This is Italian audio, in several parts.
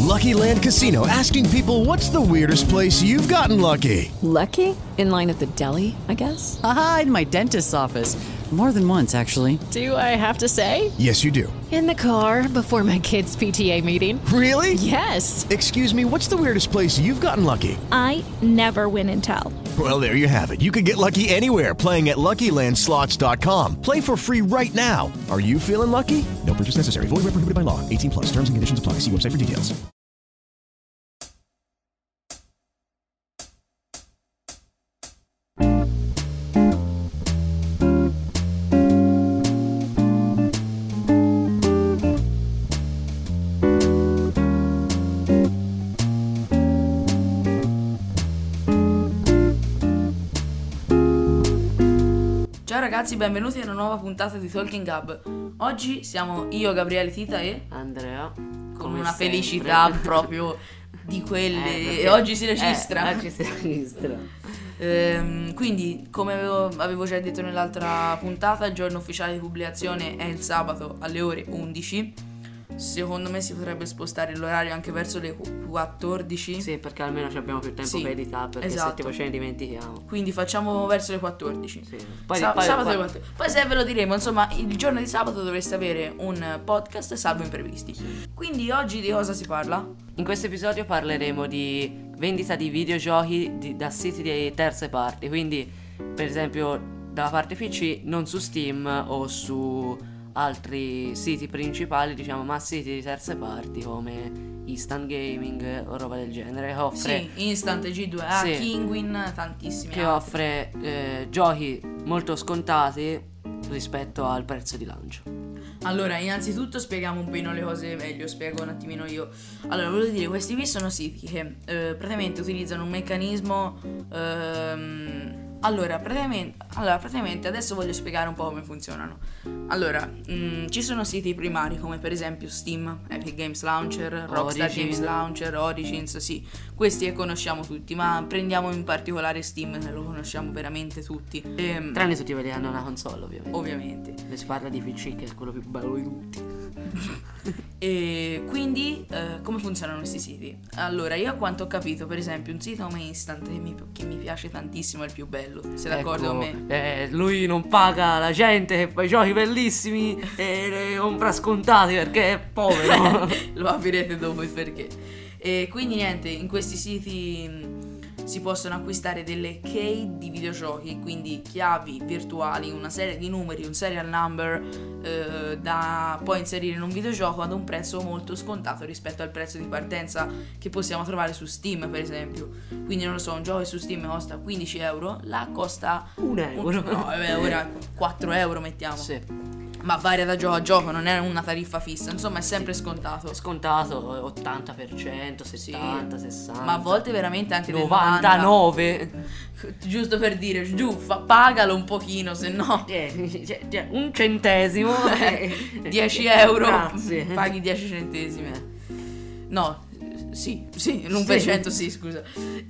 Lucky Land Casino, asking people, what's the weirdest place you've gotten lucky? Lucky? In line at the deli, I guess? Aha, in my dentist's office. More than once, actually. Do I have to say? Yes, you do. In the car before my kids' PTA meeting. Really? Yes. Excuse me, what's the weirdest place you've gotten lucky? I never win and tell. Well, there you have it. You can get lucky anywhere, playing at LuckyLandSlots.com. Play for free right now. Are you feeling lucky? No purchase necessary. Void where prohibited by law. 18 plus. Terms and conditions apply. See website for details. Ciao ragazzi, benvenuti a una nuova puntata di Talking Hub. Oggi siamo io, Gabriele Tita e Andrea, con una felicità proprio di quelle. E oggi si registra. Oggi si registra. Quindi, come avevo già detto nell'altra puntata, il giorno ufficiale di pubblicazione è il sabato alle ore 11. Secondo me si potrebbe spostare l'orario anche verso le 14. Sì, perché almeno ci abbiamo più tempo per editare, perché esatto. se tipo ce ne dimentichiamo. Quindi facciamo verso le 14. Sì. Sabato alle 14. Poi se ve lo diremo, insomma, il giorno di sabato dovreste avere un podcast salvo imprevisti. Quindi oggi di cosa si parla? In questo episodio parleremo di vendita di videogiochi da siti di terze parti. Quindi, per esempio, dalla parte PC, non su Steam o su altri siti principali, diciamo, ma siti di terze parti come Instant Gaming o roba del genere, che offre Instant G2A, sì, Kinguin, tantissimi che offre giochi molto scontati rispetto al prezzo di lancio. Allora, innanzitutto spieghiamo un po' le cose meglio, spiego un attimino io. Allora, volevo dire, questi qui sono siti che praticamente utilizzano un meccanismo. Allora, praticamente adesso voglio spiegare un po' come funzionano. Allora, ci sono siti primari come per esempio Steam, Epic Games Launcher, Rockstar Games Launcher, Origins, sì, questi che conosciamo tutti, ma prendiamo in particolare Steam, che lo conosciamo veramente tutti. Tranne tutti quelli che hanno una console, ovviamente. Ovviamente. Si parla di PC, che è quello più bello di tutti. E quindi come funzionano questi siti? Allora, io a quanto ho capito, per esempio un sito come Instant che mi piace tantissimo, è il più bello, sei d'accordo con me? Lui non paga la gente che fa i giochi bellissimi e le compra scontati perché è povero. Lo capirete dopo il perché. E quindi niente, in questi siti si possono acquistare delle key di videogiochi, quindi chiavi virtuali, una serie di numeri, un serial number da poi inserire in un videogioco ad un prezzo molto scontato rispetto al prezzo di partenza che possiamo trovare su Steam, per esempio. Quindi non lo so, un gioco che su Steam costa 15 euro, là costa 1 euro. Ora 4 euro mettiamo. Sì. Ma varia da gioco a gioco, non è una tariffa fissa, insomma è sempre scontato. È scontato 80%, 70, 60. Ma a volte veramente anche 99. Giusto per dire, giù, pagalo un pochino, se no un centesimo. 10 euro. Grazie. Paghi 10 centesimi. No, sì, l'1%, sì, scusa.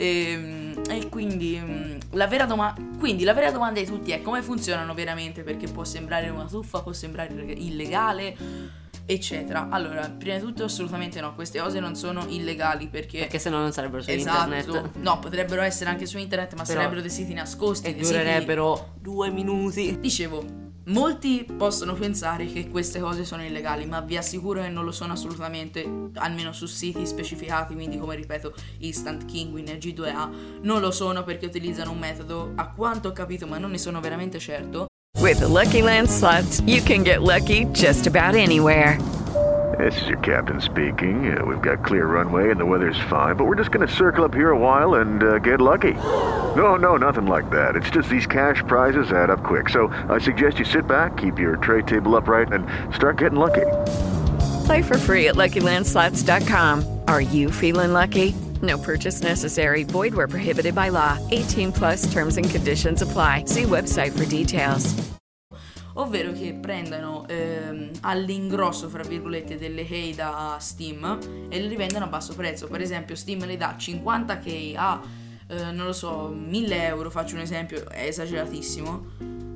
E quindi la vera domanda di tutti è come funzionano veramente, perché può sembrare una truffa, può sembrare illegale, eccetera. Allora, prima di tutto assolutamente no, queste cose non sono illegali perché se no non sarebbero su internet. internet. No, potrebbero essere anche su internet, ma però sarebbero dei siti nascosti e durerebbero 2 minuti. Dicevo, molti possono pensare che queste cose sono illegali, ma vi assicuro che non lo sono assolutamente, almeno su siti specificati, quindi come ripeto Instant, Kinguin e G2A, non lo sono perché utilizzano un metodo, a quanto ho capito, ma non ne sono veramente certo. With the Lucky Land Slots, you can get lucky just about anywhere. This is your captain speaking. We've got clear runway and the weather's fine, but we're just going to circle up here a while and get lucky. No, nothing like that. It's just these cash prizes add up quick. So I suggest you sit back, keep your tray table upright, and start getting lucky. Play for free at LuckyLandSlots.com. Are you feeling lucky? No purchase necessary. Void where prohibited by law. 18 plus terms and conditions apply. See website for details. Ovvero che prendano all'ingrosso, fra virgolette, delle key da Steam e le rivendono a basso prezzo. Per esempio Steam le dà 50 key a non lo so, 1.000 euro, faccio un esempio, è esageratissimo.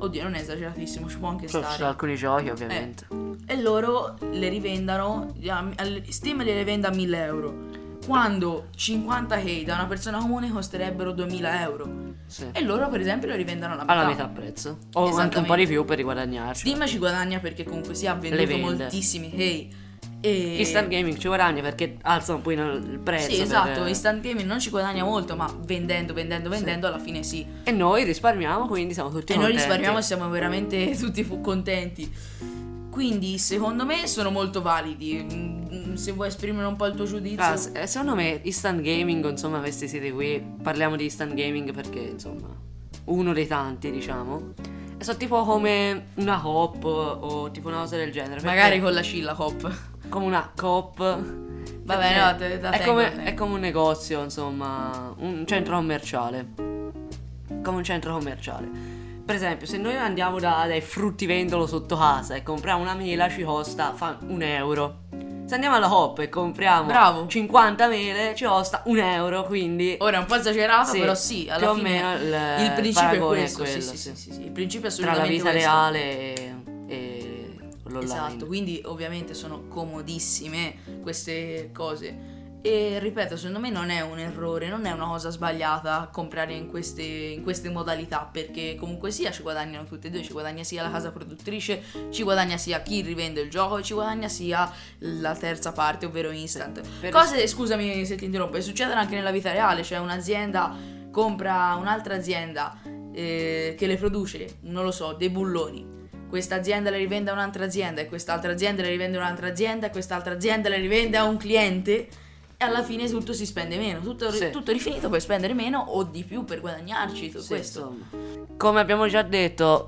Oddio, non è esageratissimo, ci può anche Ci sono stare. alcuni giochi ovviamente. E loro le rivendano, Steam le vende a 1.000 euro, quando 50k da una persona comune costerebbero 2.000 euro. Sì. E loro per esempio le rivendono alla metà. Alla metà prezzo. O anche un po' di più per riguadagnarci. Steam ci guadagna perché comunque sia ha Le venduto vende. moltissimi key. E Instant Gaming ci guadagna perché alza un po' il prezzo. sì, esatto, per- Instant Gaming non ci guadagna molto, ma vendendo alla fine sì. E noi risparmiamo, quindi siamo tutti E noi contenti. risparmiamo e siamo veramente tutti contenti. Quindi secondo me sono molto validi. Se vuoi esprimere un po' il tuo giudizio. Secondo me Instant Gaming, insomma, questi siti qui, parliamo di Instant Gaming perché, insomma, uno dei tanti, diciamo. E sono tipo come una Coop o tipo una cosa del genere. perché- Magari con la Scilla Hop. come una Coop. Vabbè, no, te la è, tengo, come, la tengo. è come un negozio, insomma, un centro commerciale. Come un centro commerciale. Per esempio, se noi andiamo dai fruttivendolo sotto casa e compriamo una mela, ci costa €1. Se andiamo alla Coop e compriamo Bravo. 50 mele, ci costa €1. Quindi Ora è un po' esagerato, Sì, però sì, alla più o fine meno il principio è paragone questo. quello, sì, sì. sì. Il principio è tra la assolutamente vita questo. reale e l'online. Esatto, quindi ovviamente sono comodissime queste cose. E ripeto, secondo me non è un errore, non è una cosa sbagliata comprare in queste modalità, perché comunque sia ci guadagnano tutte e due, ci guadagna sia la casa produttrice, ci guadagna sia chi rivende il gioco e ci guadagna sia la terza parte, ovvero Instant. Cose, scusami se ti interrompo, succedono anche nella vita reale, cioè un'azienda compra un'altra azienda che le produce, non lo so, dei bulloni. Questa azienda le rivende a un'altra azienda e quest'altra azienda le rivende a un'altra azienda e quest'altra azienda le rivende a un cliente. E alla fine tutto si spende meno, tutto rifinito per spendere meno o di più per guadagnarci, tutto Sì, questo. insomma. Come abbiamo già detto,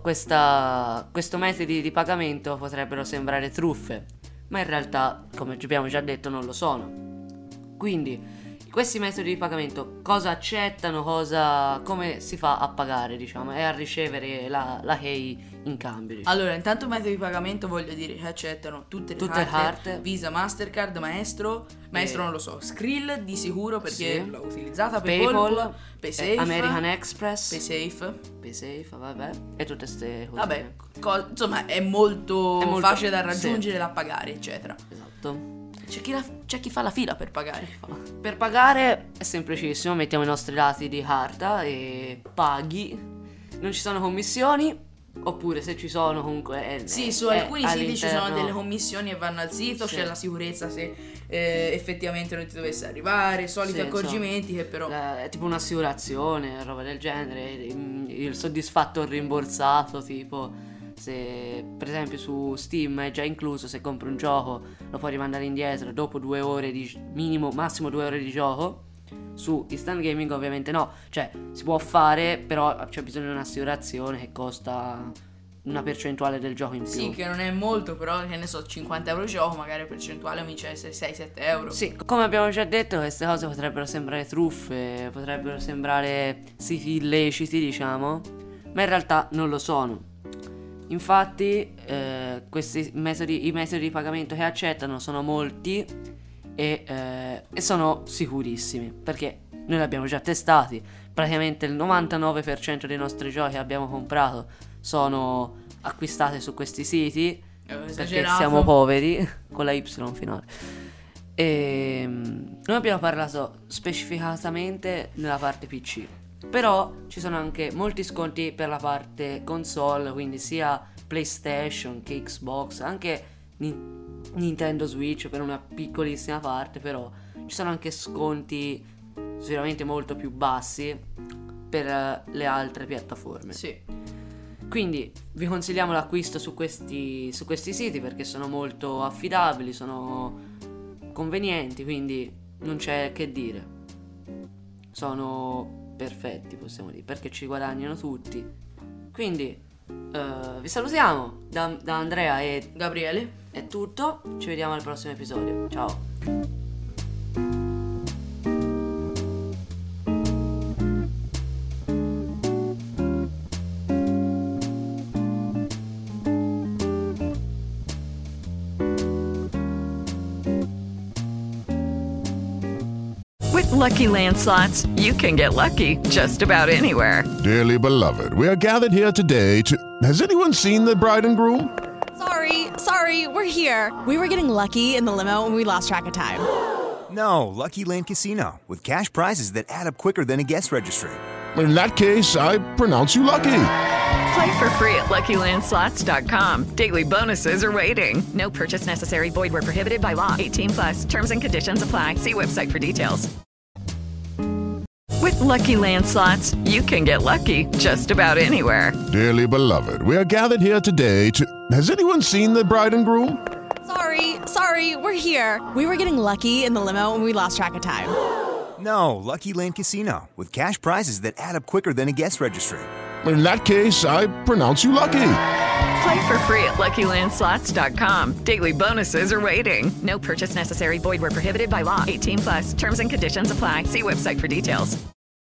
questo metodo di pagamento potrebbero sembrare truffe, ma in realtà, come abbiamo già detto, non lo sono. Quindi, questi metodi di pagamento cosa accettano, come si fa a pagare, diciamo, e a ricevere la key in cambio, diciamo. Allora, intanto metodi di pagamento voglio dire che accettano tutte le le carte, carte. Visa, Mastercard, Maestro non lo so, Skrill di sicuro perché Sì. l'ho utilizzata, PayPal, PaySafe, American Express, PaySafe. PaySafe, vabbè, e tutte queste cose. Vabbè, insomma è molto facile da raggiungere, sì. da pagare, eccetera. Esatto. C'è chi fa la fila per pagare. Per pagare è semplicissimo, mettiamo i nostri dati di carta e paghi. Non ci sono commissioni, oppure se ci sono comunque Sì, su alcuni siti ci sono all'interno. delle commissioni e vanno al sito, Sì. c'è la sicurezza se effettivamente non ti dovesse arrivare, soliti Sì, accorgimenti che però... È tipo un'assicurazione, roba del genere, il soddisfatto o rimborsato, tipo se per esempio su Steam è già incluso, se compri un gioco lo puoi rimandare indietro dopo 2 ore di massimo 2 ore di gioco. Su Instant Gaming ovviamente no, cioè si può fare, però c'è bisogno di un'assicurazione che costa una percentuale del gioco in più. Sì, che non è molto, però che ne so, 50 euro gioco, magari percentuale mi c'è 6-7 euro. Sì, come abbiamo già detto, queste cose potrebbero sembrare truffe, potrebbero sembrare siti illeciti, diciamo, ma in realtà non lo sono. Infatti, i metodi di pagamento che accettano sono molti e sono sicurissimi, perché noi li abbiamo già testati. Praticamente il 99% dei nostri giochi che abbiamo comprato sono acquistati su questi siti, perché esagerato. siamo poveri, con la Y finale. E noi abbiamo parlato specificatamente nella parte PC, però ci sono anche molti sconti per la parte console, quindi sia PlayStation che Xbox, anche Nintendo Switch per una piccolissima parte, però ci sono anche sconti sicuramente molto più bassi per le altre piattaforme. Sì. Quindi vi consigliamo l'acquisto su questi siti perché sono molto affidabili, sono convenienti, quindi non c'è che dire. Sono perfetti, possiamo dire, perché ci guadagnano tutti. Quindi vi salutiamo da Andrea e Gabriele. è tutto, ci vediamo al prossimo episodio. Ciao. With Lucky Land Slots, you can get lucky just about anywhere. Dearly beloved, we are gathered here today to... Has anyone seen the bride and groom? Sorry, we're here. We were getting lucky in the limo and we lost track of time. No, Lucky Land Casino, with cash prizes that add up quicker than a guest registry. In that case, I pronounce you lucky. Play for free at LuckyLandSlots.com. Daily bonuses are waiting. No purchase necessary. Void where prohibited by law. 18+. Terms and conditions apply. See website for details. With Lucky Land Slots, you can get lucky just about anywhere. Dearly beloved, we are gathered here today to... Has anyone seen the bride and groom? Sorry, we're here. We were getting lucky in the limo and we lost track of time. No, Lucky Land Casino, with cash prizes that add up quicker than a guest registry. In that case, I pronounce you lucky. Play for free at LuckyLandSlots.com. Daily bonuses are waiting. No purchase necessary. Void where prohibited by law. 18+. Terms and conditions apply. See website for details.